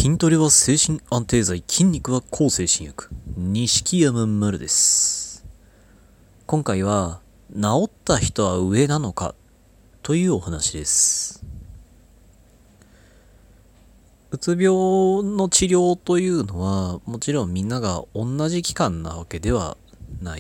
筋トレは精神安定剤、筋肉は抗精神薬。錦山丸です。今回は、治った人は上なのかというお話です。うつ病の治療というのは、もちろんみんなが同じ期間なわけではない。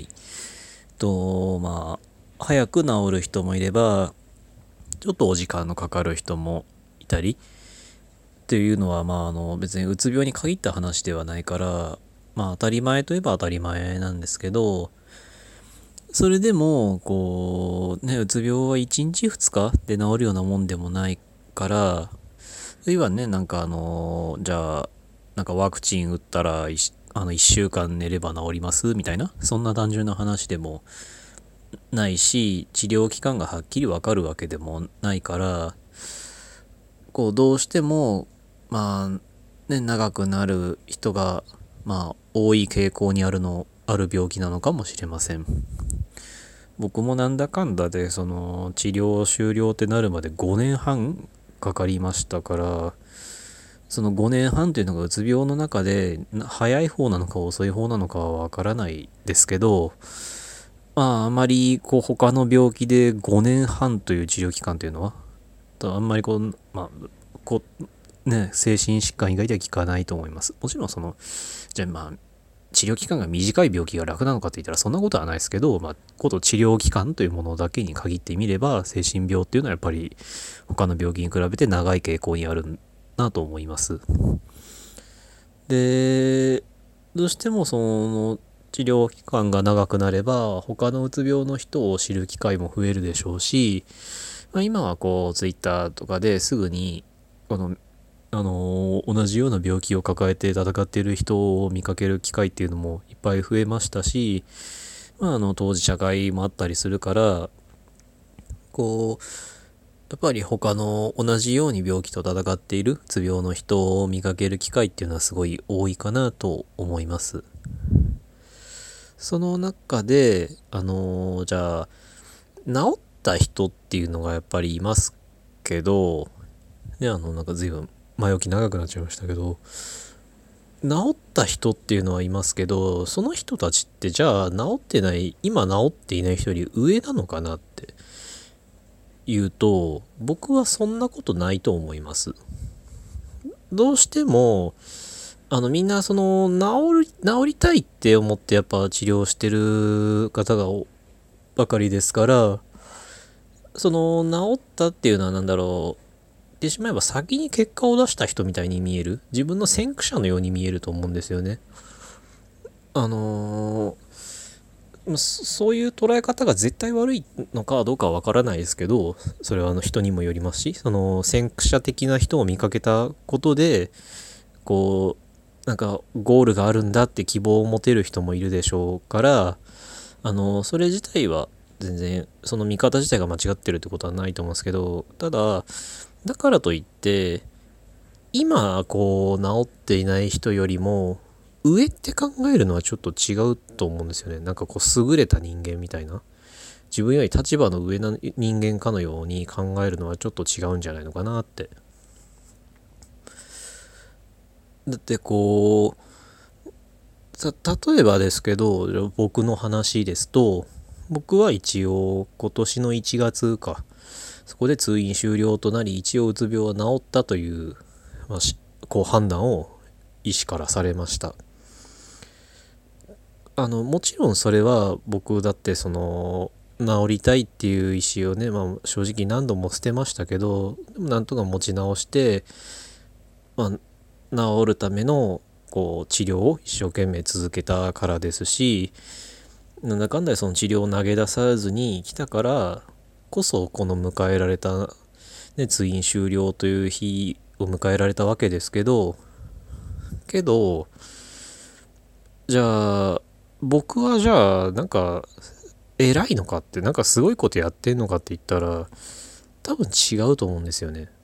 早く治る人もいれば、ちょっとお時間のかかる人もいたり、っていうのは、別にうつ病に限った話ではないから、当たり前といえば当たり前なんですけど、それでも、うつ病は1日2日で治るようなもんでもないから、要はね、じゃあ、ワクチン打ったら1週間寝れば治りますみたいな、そんな単純な話でもないし、治療期間がはっきりわかるわけでもないから、どうしても、長くなる人が、多い傾向にある病気なのかもしれません。僕もなんだかんだで、治療終了ってなるまで5年半かかりましたから、その5年半というのがうつ病の中で、早い方なのか遅い方なのかはわからないですけど、あまり、他の病気で5年半という治療期間というのは、あんまり精神疾患以外では効かないと思います。もちろんじゃあ治療期間が短い病気が楽なのかって言ったらそんなことはないですけど、治療期間というものだけに限ってみれば、精神病っていうのはやっぱり他の病気に比べて長い傾向にあるなと思います。で、どうしても治療期間が長くなれば他のうつ病の人を知る機会も増えるでしょうし、今はツイッターとかですぐに同じような病気を抱えて戦っている人を見かける機会っていうのもいっぱい増えましたし、当事者会もあったりするから、やっぱり他の同じように病気と戦っているうつ病の人を見かける機会っていうのはすごい多いかなと思います。その中で、じゃあ、治った人っていうのがやっぱりいますけど、ね、随分前置き長くなっちゃいましたけど、治った人っていうのはいますけど、その人たちってじゃあ今治っていない人より上なのかなって言うと、僕はそんなことないと思います。どうしても、みんな治りたいって思ってやっぱ治療してる方がばかりですから、治ったっていうのは言ってしまえば先に結果を出した人みたいに見える、自分の先駆者のように見えると思うんですよね。そういう捉え方が絶対悪いのかどうかはわからないですけど、それは人にもよりますし、先駆者的な人を見かけたことで、ゴールがあるんだって希望を持てる人もいるでしょうから、それ自体は全然、その見方自体が間違ってるってことはないと思うんですけど、ただ、だからといって今治っていない人よりも上って考えるのはちょっと違うと思うんですよね。優れた人間みたいな、自分より立場の上な人間かのように考えるのはちょっと違うんじゃないのかなって。だって例えばですけど、僕の話ですと、僕は一応今年の1月か、そこで通院終了となり、一応うつ病は治ったという、判断を医師からされました。もちろんそれは僕だって治りたいっていう意思をね、正直何度も捨てましたけど、でもなんとか持ち直して、治るための治療を一生懸命続けたからですし、なんだかんだでその治療を投げ出さずに来たからこそ、この迎えられた、通院終了という日を迎えられたわけですけど、じゃあ僕はじゃあ偉いのかって、すごいことやってんのかって言ったら多分違うと思うんですよね。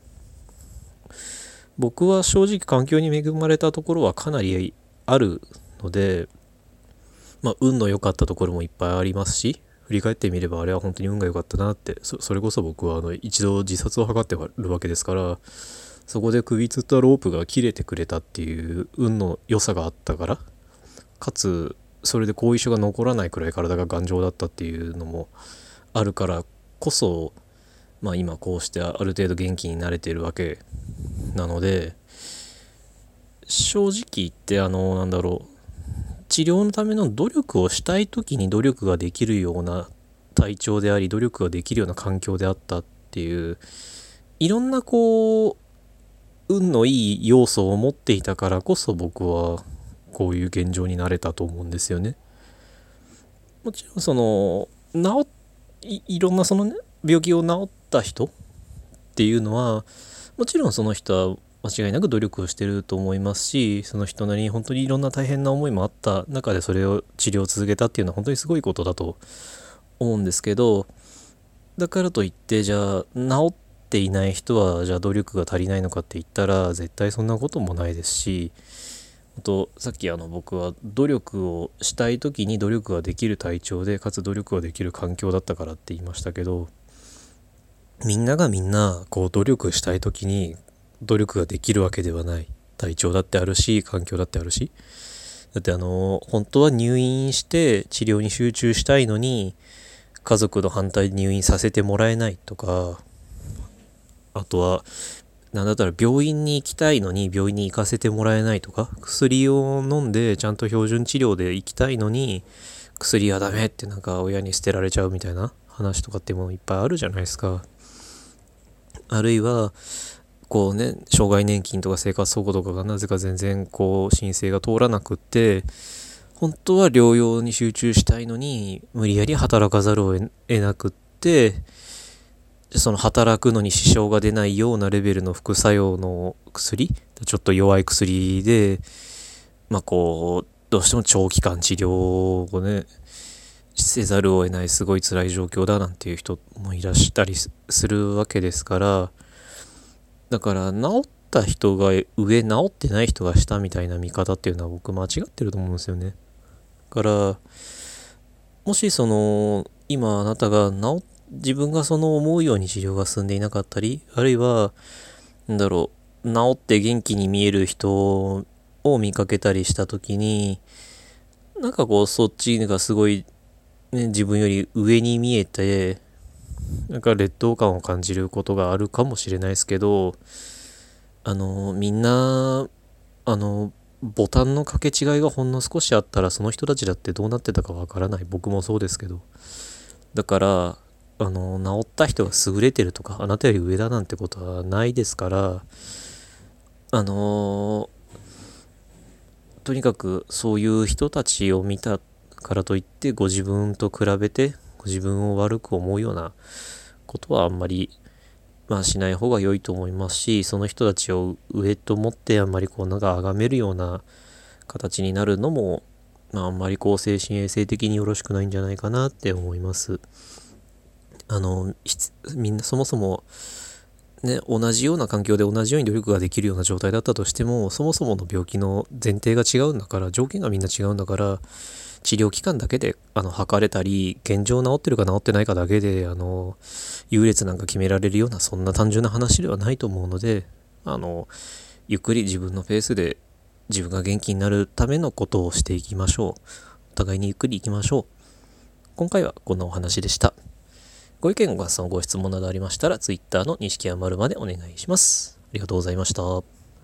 僕は正直環境に恵まれたところはかなりあるので、運の良かったところもいっぱいありますし、振り返ってみればあれは本当に運が良かったなって、それこそ僕は一度自殺を図ってるわけですから、 そこで首吊ったロープが切れてくれたっていう運の良さがあったから、かつそれで後遺症が残らないくらい体が頑丈だったっていうのもあるからこそ、今こうしてある程度元気になれているわけなので、正直言って治療のための努力をしたい時に努力ができるような体調であり、努力ができるような環境であったっていう、いろんな運のいい要素を持っていたからこそ、僕はこういう現状になれたと思うんですよね。もちろんいろんな病気を治った人っていうのは、もちろんその人は間違いなく努力をしてると思いますし、その人なりに本当にいろんな大変な思いもあった中でそれを治療を続けたっていうのは本当にすごいことだと思うんですけど、だからといってじゃあ治っていない人はじゃあ努力が足りないのかって言ったら絶対そんなこともないですし、さっき僕は努力をしたい時に努力ができる体調でかつ努力ができる環境だったからって言いましたけど、みんながみんな努力したい時に努力ができるわけではない体調だってあるし、環境だってあるし、だって本当は入院して治療に集中したいのに家族の反対で入院させてもらえないとか、あとはなんだったら病院に行きたいのに病院に行かせてもらえないとか、薬を飲んでちゃんと標準治療で行きたいのに薬はダメって親に捨てられちゃうみたいな話とかってものいっぱいあるじゃないですか。あるいは障害年金とか生活保護とかがなぜか全然申請が通らなくって、本当は療養に集中したいのに無理やり働かざるを得なくって、その働くのに支障が出ないようなレベルの副作用の薬、ちょっと弱い薬でどうしても長期間治療をねせざるを得ないすごい辛い状況だなんていう人もいらしたりするわけですから、だから治った人が上、治ってない人が下みたいな見方っていうのは僕間違ってると思うんですよね。だからもし今あなたが自分が思うように治療が進んでいなかったり、あるいは治って元気に見える人を見かけたりした時に、そっちがすごい自分より上に見えて劣等感を感じることがあるかもしれないですけど、みんなボタンの掛け違いがほんの少しあったらその人たちだってどうなってたかわからない。僕もそうですけど、だから治った人が優れてるとかあなたより上だなんてことはないですから、とにかくそういう人たちを見たからといってご自分と比べてご自分を悪く思うようなことはあんまりしない方が良いと思いますし、その人たちを上と思ってあんまり崇めるような形になるのも、あんまり精神衛生的によろしくないんじゃないかなって思います。みんなそもそもね、同じような環境で同じように努力ができるような状態だったとしても、そもそもの病気の前提が違うんだから、条件がみんな違うんだから、治療期間だけで測れたり、現状治ってるか治ってないかだけで優劣なんか決められるようなそんな単純な話ではないと思うので、ゆっくり自分のペースで自分が元気になるためのことをしていきましょう。お互いにゆっくりいきましょう。今回はこんなお話でした。ご意見ご感想ご質問などありましたら Twitter の錦山丸までお願いします。ありがとうございました。